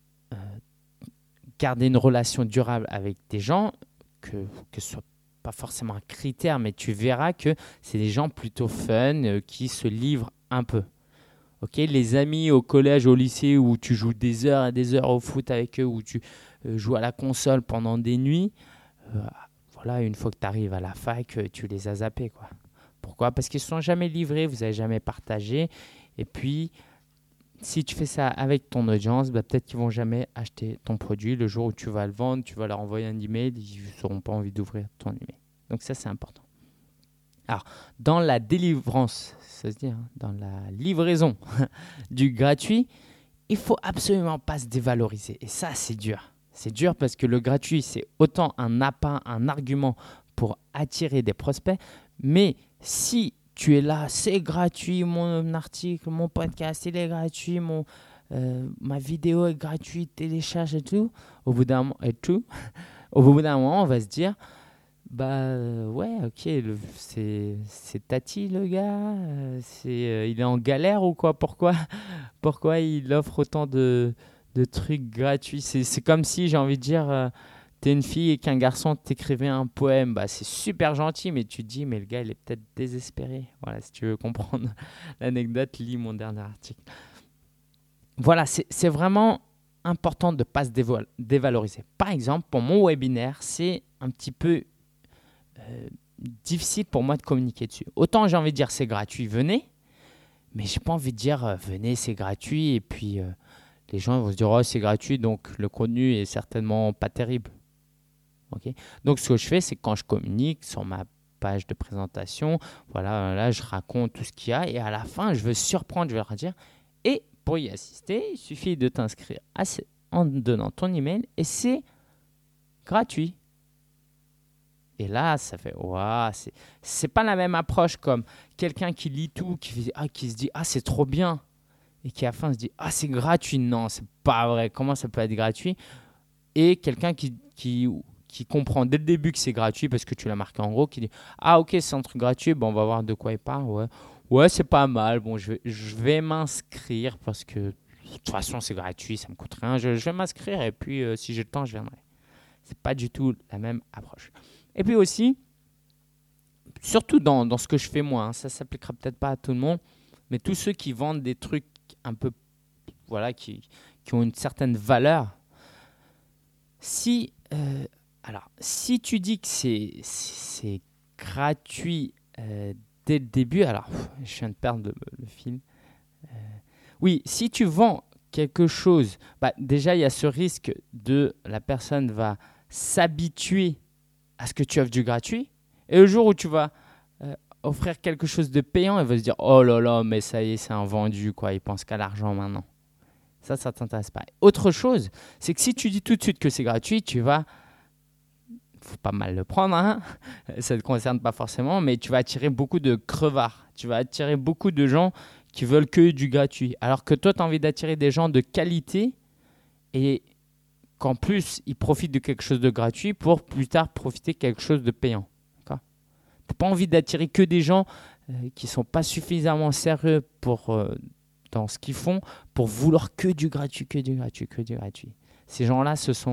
garder une relation durable avec des gens, que ce soit pas forcément un critère, mais tu verras que c'est des gens plutôt fun, qui se livrent un peu. Okay, les amis au collège, au lycée, où tu joues des heures et des heures au foot avec eux, où tu joues à la console pendant des nuits, voilà, une fois que tu arrives à la fac, tu les as zappés, quoi. Pourquoi ? Parce qu'ils ne se sont jamais livrés, vous n'avez jamais partagé. Et puis, si tu fais ça avec ton audience, peut-être qu'ils ne vont jamais acheter ton produit. Le jour où tu vas le vendre, tu vas leur envoyer un email, ils n'auront pas envie d'ouvrir ton email. Donc ça, c'est important. Alors, dans la délivrance, ça se dit, dans la livraison du gratuit, il ne faut absolument pas se dévaloriser. Et ça, c'est dur. C'est dur parce que le gratuit, c'est autant un appât, un argument pour attirer des prospects. Mais si tu es là, c'est gratuit, mon article, mon podcast, il est gratuit, ma vidéo est gratuite, télécharge et tout, au bout d'un moment, on va se dire, ouais, ok, c'est Tati le gars, il est en galère ou quoi ? Pourquoi il offre autant de trucs gratuits ? C'est comme si, j'ai envie de dire, t'es une fille et qu'un garçon t'écrivait un poème. C'est super gentil, mais tu te dis, mais le gars, il est peut-être désespéré. Voilà, si tu veux comprendre l'anecdote, lis mon dernier article. Voilà, c'est vraiment important de ne pas se dévaloriser. Par exemple, pour mon webinaire, c'est un petit peu difficile pour moi de communiquer dessus. Autant j'ai envie de dire c'est gratuit, venez, mais j'ai pas envie de dire venez, c'est gratuit, et puis les gens vont se dire oh, c'est gratuit, donc le contenu est certainement pas terrible. Okay. Donc ce que je fais, c'est que quand je communique sur ma page de présentation, voilà, là je raconte tout ce qu'il y a, et à la fin je veux surprendre, je vais leur dire et pour y assister, il suffit de t'inscrire en donnant ton email et c'est gratuit. Et là, ça fait waouh, c'est pas la même approche comme quelqu'un qui lit tout, qui se dit ah c'est trop bien, et qui à la fin se dit ah c'est gratuit. Non, c'est pas vrai. Comment ça peut être gratuit ? Et quelqu'un qui comprend dès le début que c'est gratuit parce que tu l'as marqué en gros, qui dit ah ok c'est un truc gratuit, on va voir de quoi il parle. Ouais c'est pas mal. Bon je vais m'inscrire parce que de toute façon c'est gratuit, ça me coûte rien. Je vais m'inscrire et puis si j'ai le temps je viendrai. C'est pas du tout la même approche. Et puis aussi, surtout dans ce que je fais moi, ça ne s'appliquera peut-être pas à tout le monde, mais tous ceux qui vendent des trucs un peu, voilà, qui ont une certaine valeur, si tu dis que c'est gratuit dès le début, alors je viens de perdre le fil. Oui, si tu vends quelque chose, déjà il y a ce risque de la personne va s'habituer à ce que tu offres du gratuit, et le jour où tu vas offrir quelque chose de payant, elle va se dire oh là là, mais ça y est, c'est un vendu, quoi. Il pense qu'à l'argent maintenant. Ça t'intéresse pas. Autre chose, c'est que si tu dis tout de suite que c'est gratuit, faut pas mal le prendre, hein. Ça ne te concerne pas forcément, mais tu vas attirer beaucoup de crevards. Tu vas attirer beaucoup de gens qui veulent que du gratuit. Alors que toi, tu as envie d'attirer des gens de qualité et qu'en plus, ils profitent de quelque chose de gratuit pour plus tard profiter de quelque chose de payant. Tu n'as pas envie d'attirer que des gens qui ne sont pas suffisamment sérieux pour dans ce qu'ils font pour vouloir que du gratuit, que du gratuit, que du gratuit. Ces gens-là,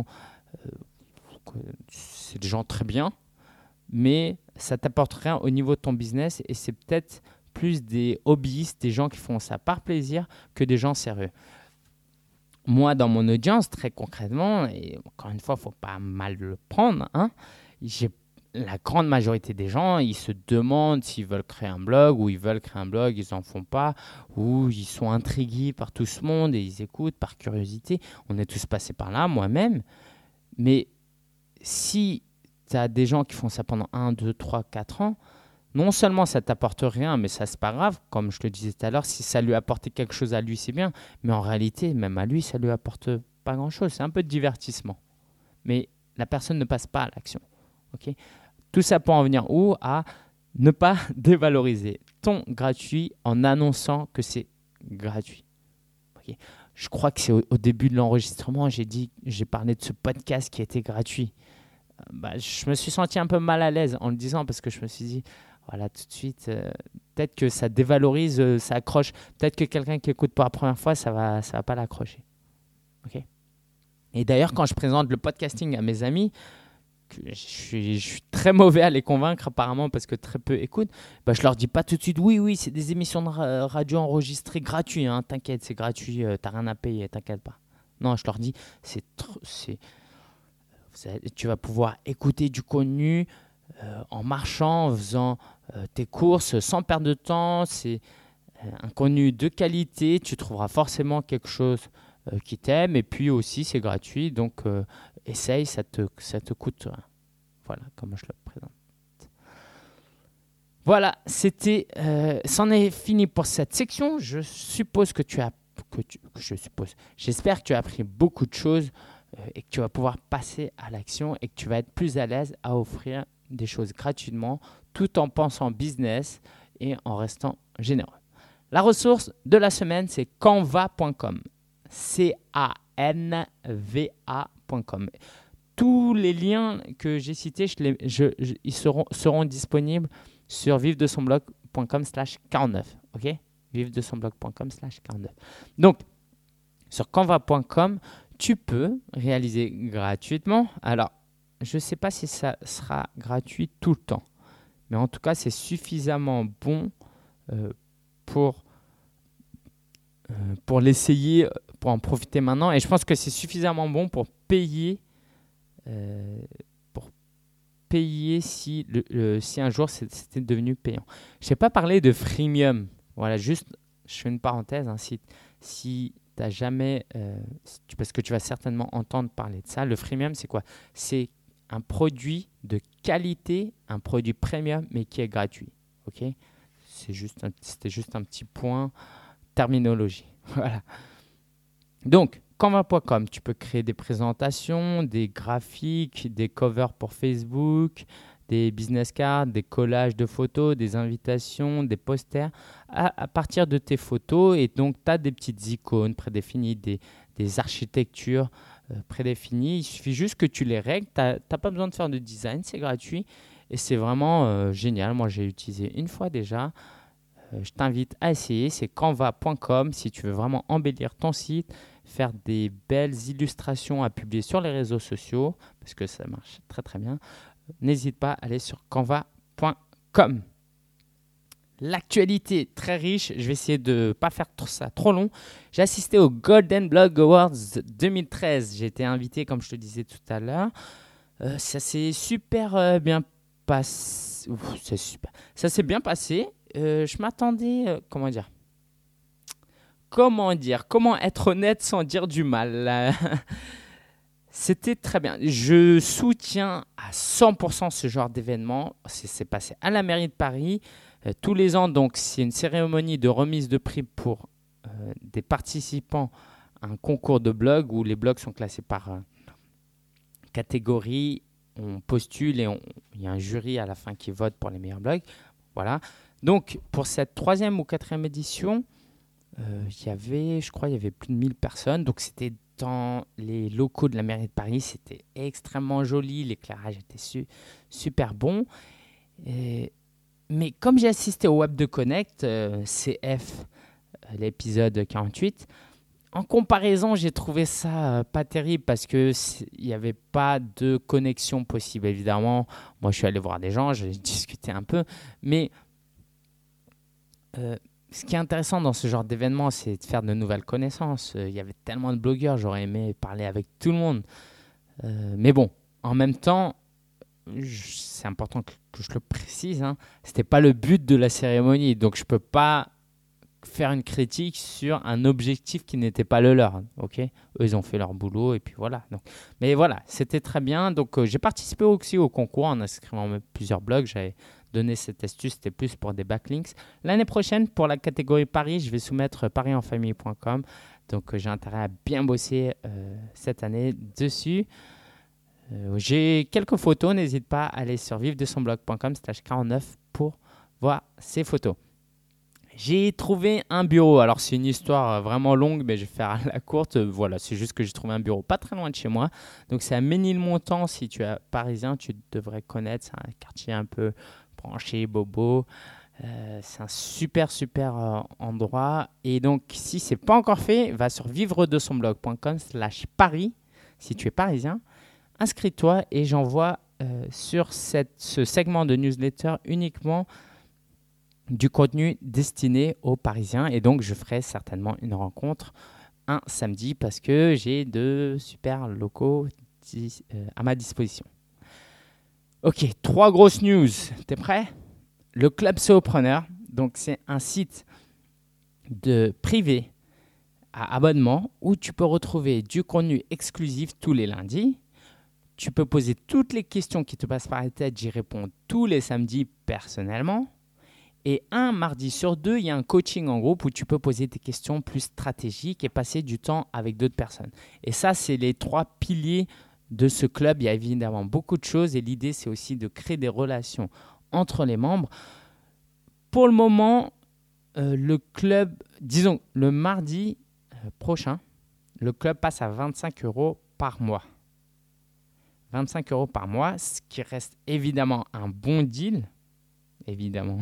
c'est des gens très bien, mais ça t'apporte rien au niveau de ton business et c'est peut-être plus des hobbyistes, des gens qui font ça par plaisir que des gens sérieux. Moi, dans mon audience, très concrètement, et encore une fois, il ne faut pas mal le prendre, la grande majorité des gens, ils se demandent s'ils veulent créer un blog ou ils veulent créer un blog, ils n'en font pas, ou ils sont intrigués par tout ce monde et ils écoutent par curiosité. On est tous passés par là, moi-même. Mais si tu as des gens qui font ça pendant 1, 2, 3, 4 ans, non seulement ça ne t'apporte rien, mais ça, c'est pas grave. Comme je te disais tout à l'heure, si ça lui apportait quelque chose à lui, c'est bien. Mais en réalité, même à lui, ça ne lui apporte pas grand-chose. C'est un peu de divertissement. Mais la personne ne passe pas à l'action. Okay. Tout ça pour en venir où? À ne pas dévaloriser ton gratuit en annonçant que c'est gratuit. Okay. Je crois que c'est au début de l'enregistrement, j'ai parlé de ce podcast qui était gratuit. Je me suis senti un peu mal à l'aise en le disant parce que je me suis dit, voilà, tout de suite, peut-être que ça dévalorise, ça accroche. Peut-être que quelqu'un qui écoute pour la première fois, ça va pas l'accrocher. Okay. Et d'ailleurs, quand je présente le podcasting à mes amis, je suis très mauvais à les convaincre apparemment parce que très peu écoutent, je leur dis pas tout de suite oui, c'est des émissions de radio enregistrées gratuites, hein, t'inquiète, c'est gratuit, t'as rien à payer, t'inquiète pas. Non, je leur dis tu vas pouvoir écouter du contenu en marchant, en faisant tes courses sans perdre de temps, c'est un contenu de qualité, tu trouveras forcément quelque chose qui t'aime et puis aussi c'est gratuit, donc essaye, ça te coûte rien. Voilà comment je le présente. Voilà, c'en est fini pour cette section. Je suppose j'espère que tu as appris beaucoup de choses et que tu vas pouvoir passer à l'action et que tu vas être plus à l'aise à offrir des choses gratuitement tout en pensant business et en restant généreux. La ressource de la semaine, c'est canva.com. canva.com. Tous les liens que j'ai cités, ils seront disponibles sur vivredesonblog.com/49. Ok, vivredesonblog.com/49. Donc, sur canva.com, tu peux réaliser gratuitement. Alors, je ne sais pas si ça sera gratuit tout le temps, mais en tout cas, c'est suffisamment bon pour l'essayer, pour en profiter maintenant. Et je pense que c'est suffisamment bon pour payer si un jour c'était devenu payant. Je n'ai pas parlé de freemium. Voilà, juste, je fais une parenthèse. Hein, si tu n'as jamais, parce que tu vas certainement entendre parler de ça, le freemium, c'est quoi? C'est un produit de qualité, un produit premium, mais qui est gratuit. Ok? C'était juste un petit point terminologie. Voilà. Donc, canva.com, tu peux créer des présentations, des graphiques, des covers pour Facebook, des business cards, des collages de photos, des invitations, des posters à partir de tes photos. Et donc, tu as des petites icônes prédéfinies, des architectures prédéfinies. Il suffit juste que tu les règles. Tu n'as pas besoin de faire de design, c'est gratuit. Et c'est vraiment génial. Moi, j'ai utilisé une fois déjà. Je t'invite à essayer. C'est canva.com si tu veux vraiment embellir ton site, faire des belles illustrations à publier sur les réseaux sociaux, parce que ça marche très très bien. N'hésite pas à aller sur canva.com. L'actualité très riche, je vais essayer de ne pas faire ça trop long. J'ai assisté au Golden Blog Awards 2013. J'ai été invité, comme je te disais tout à l'heure. Ça s'est super bien passé. C'est super. Ça s'est bien passé. Je m'attendais, comment être honnête sans dire du mal. C'était très bien. Je soutiens à 100% ce genre d'événement. C'est passé à la mairie de Paris. Tous les ans, donc, c'est une cérémonie de remise de prix pour des participants à un concours de blogs où les blogs sont classés par catégorie. On postule et il y a un jury à la fin qui vote pour les meilleurs blogs. Voilà. Donc, pour cette 3e ou 4e édition, il y avait plus de 1000 personnes. Donc, c'était dans les locaux de la mairie de Paris. C'était extrêmement joli. L'éclairage était super bon. Mais comme j'ai assisté au Web de Connect, CF, l'épisode 48. En comparaison, j'ai trouvé ça pas terrible parce qu'il n'y avait pas de connexion possible. Évidemment, moi, je suis allé voir des gens, j'ai discuté un peu. Mais ce qui est intéressant dans ce genre d'événement, c'est de faire de nouvelles connaissances. Il y avait tellement de blogueurs, j'aurais aimé parler avec tout le monde. Mais bon, en même temps, c'est important que je le précise, hein, ce n'était pas le but de la cérémonie. Donc, je ne peux pas faire une critique sur un objectif qui n'était pas le leur. Okay, eux, ils ont fait leur boulot et puis voilà. Donc, mais voilà, c'était très bien. Donc, j'ai participé aussi au concours en inscrivant plusieurs blogs. J'avais donné cette astuce, c'était plus pour des backlinks. L'année prochaine, pour la catégorie Paris, je vais soumettre parisenfamille.com. Donc, j'ai intérêt à bien bosser cette année dessus. J'ai quelques photos, n'hésite pas à aller sur vivre-de-son-blog.com/49 pour voir ces photos. J'ai trouvé un bureau. Alors, c'est une histoire vraiment longue, mais je vais faire à la courte. Voilà, c'est juste que j'ai trouvé un bureau pas très loin de chez moi. Donc, c'est à Ménilmontant. Si tu es parisien, tu devrais connaître. C'est un quartier un peu branché, bobo. C'est un super endroit. Et donc, si ce n'est pas encore fait, va sur vivre-de-son-blog.com/Paris si tu es parisien. Inscris-toi et j'envoie sur ce segment de newsletter uniquement du contenu destiné aux Parisiens. Et donc, je ferai certainement une rencontre un samedi parce que j'ai de super locaux à ma disposition. Ok, 3 grosses news. T'es prêt ? Le Club Solopreneur, donc c'est un site privé à abonnement où tu peux retrouver du contenu exclusif tous les lundis. Tu peux poser toutes les questions qui te passent par la tête. J'y réponds tous les samedis personnellement. Et un mardi sur 2, il y a un coaching en groupe où tu peux poser des questions plus stratégiques et passer du temps avec d'autres personnes. Et ça, c'est les 3 piliers de ce club. Il y a évidemment beaucoup de choses et l'idée, c'est aussi de créer des relations entre les membres. Pour le moment, le club, disons le mardi prochain, le club passe à 25 € par mois. 25 € par mois, ce qui reste évidemment un bon deal. Évidemment.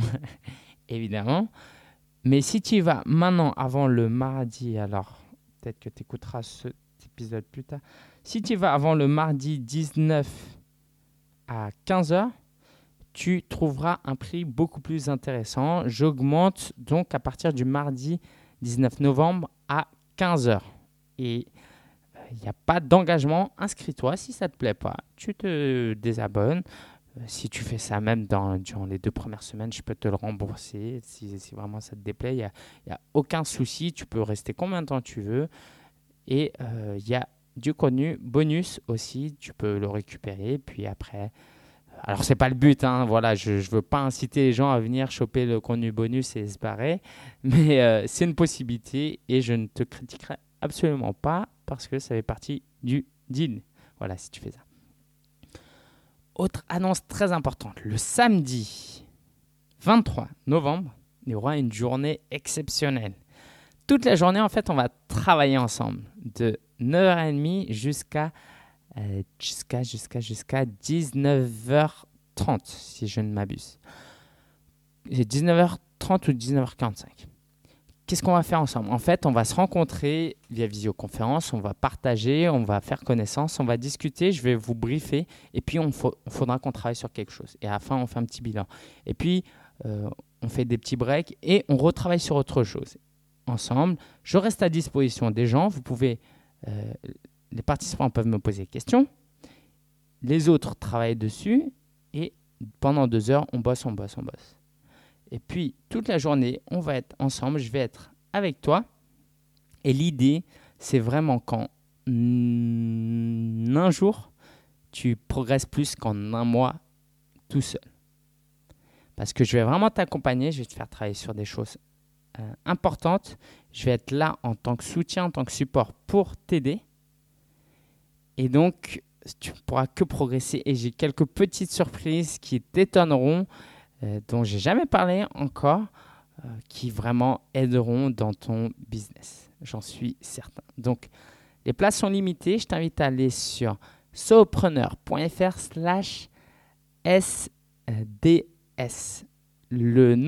Mais si tu y vas maintenant avant le mardi, alors peut-être que tu écouteras cet épisode plus tard. Si tu y vas avant le mardi 19 à 15h, tu trouveras un prix beaucoup plus intéressant. J'augmente donc à partir du mardi 19 novembre à 15h. Et il n'y a pas d'engagement. Inscris-toi. Si ça ne te plaît pas, tu te désabonnes. Si tu fais ça même durant les 2 premières semaines, je peux te le rembourser. Si vraiment ça te déplaît, il n'y a aucun souci. Tu peux rester combien de temps tu veux. Et il y a du contenu bonus aussi. Tu peux le récupérer. Puis après, alors ce n'est pas le but. Hein, voilà, je ne veux pas inciter les gens à venir choper le contenu bonus et se barrer. Mais c'est une possibilité et je ne te critiquerai absolument pas parce que ça fait partie du deal. Voilà, si tu fais ça. Autre annonce très importante, le samedi 23 novembre, il y aura une journée exceptionnelle. Toute la journée, en fait, on va travailler ensemble de 9h30 jusqu'à 19h30, si je ne m'abuse. C'est 19h30 ou 19h45. Qu'est-ce qu'on va faire ensemble ? En fait, on va se rencontrer via visioconférence, on va partager, on va faire connaissance, on va discuter, je vais vous briefer et puis il faudra qu'on travaille sur quelque chose. Et à la fin, on fait un petit bilan. Et puis, on fait des petits breaks et on retravaille sur autre chose. Ensemble, je reste à disposition des gens. Les participants peuvent me poser des questions. Les autres travaillent dessus et pendant 2 heures, on bosse. Et puis, toute la journée, on va être ensemble, je vais être avec toi. Et l'idée, c'est vraiment qu'en un jour, tu progresses plus qu'en un mois tout seul. Parce que je vais vraiment t'accompagner, je vais te faire travailler sur des choses importantes. Je vais être là en tant que soutien, en tant que support pour t'aider. Et donc, tu ne pourras que progresser. Et j'ai quelques petites surprises qui t'étonneront, dont je n'ai jamais parlé encore, qui vraiment aideront dans ton business. J'en suis certain. Donc, les places sont limitées. Je t'invite à aller sur solopreneur.fr/SDS. Le nom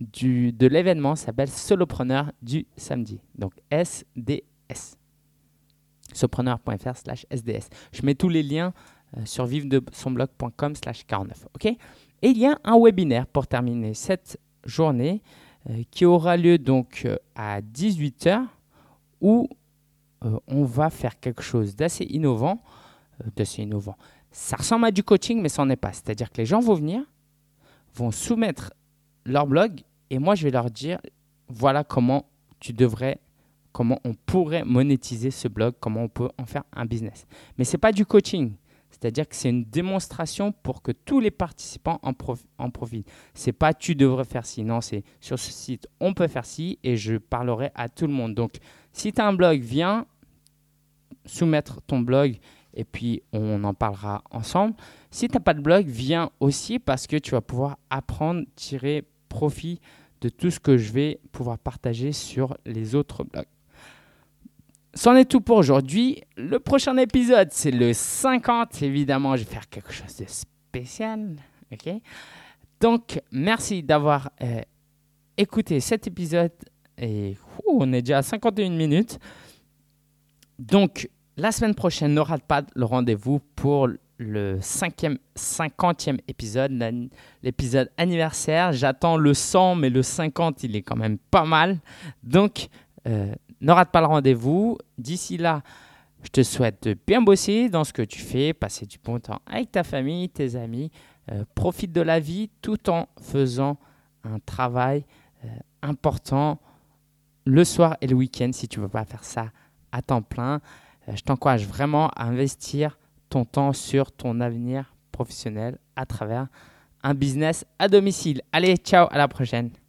de l'événement s'appelle Solopreneur du samedi. Donc SDS. Solopreneur.fr/SDS. Je mets tous les liens sur vivredesonblog.com/49. OK ? Et il y a un webinaire pour terminer cette journée qui aura lieu donc à 18h où on va faire quelque chose d'assez innovant. Ça ressemble à du coaching, mais ça n'en est pas. C'est-à-dire que les gens vont venir, vont soumettre leur blog et moi, je vais leur dire voilà comment on pourrait monétiser ce blog, comment on peut en faire un business. Mais ce n'est pas du coaching. C'est-à-dire que c'est une démonstration pour que tous les participants en profitent. Ce n'est pas tu devrais faire ci. Non, c'est sur ce site, on peut faire ci et je parlerai à tout le monde. Donc, si tu as un blog, viens soumettre ton blog et puis on en parlera ensemble. Si tu n'as pas de blog, viens aussi parce que tu vas pouvoir apprendre, tirer profit de tout ce que je vais pouvoir partager sur les autres blogs. C'en est tout pour aujourd'hui. Le prochain épisode, c'est le 50. Évidemment, je vais faire quelque chose de spécial. Okay ? Donc, merci d'avoir écouté cet épisode. Et on est déjà à 51 minutes. Donc, la semaine prochaine, ne rate pas le rendez-vous pour le 50e épisode, l'épisode anniversaire. J'attends le 100, mais le 50, il est quand même pas mal. Donc, ne rate pas le rendez-vous. D'ici là, je te souhaite de bien bosser dans ce que tu fais, passer du bon temps avec ta famille, tes amis. Profite de la vie tout en faisant un travail important le soir et le week-end si tu ne veux pas faire ça à temps plein. Je t'encourage vraiment à investir ton temps sur ton avenir professionnel à travers un business à domicile. Allez, ciao, à la prochaine.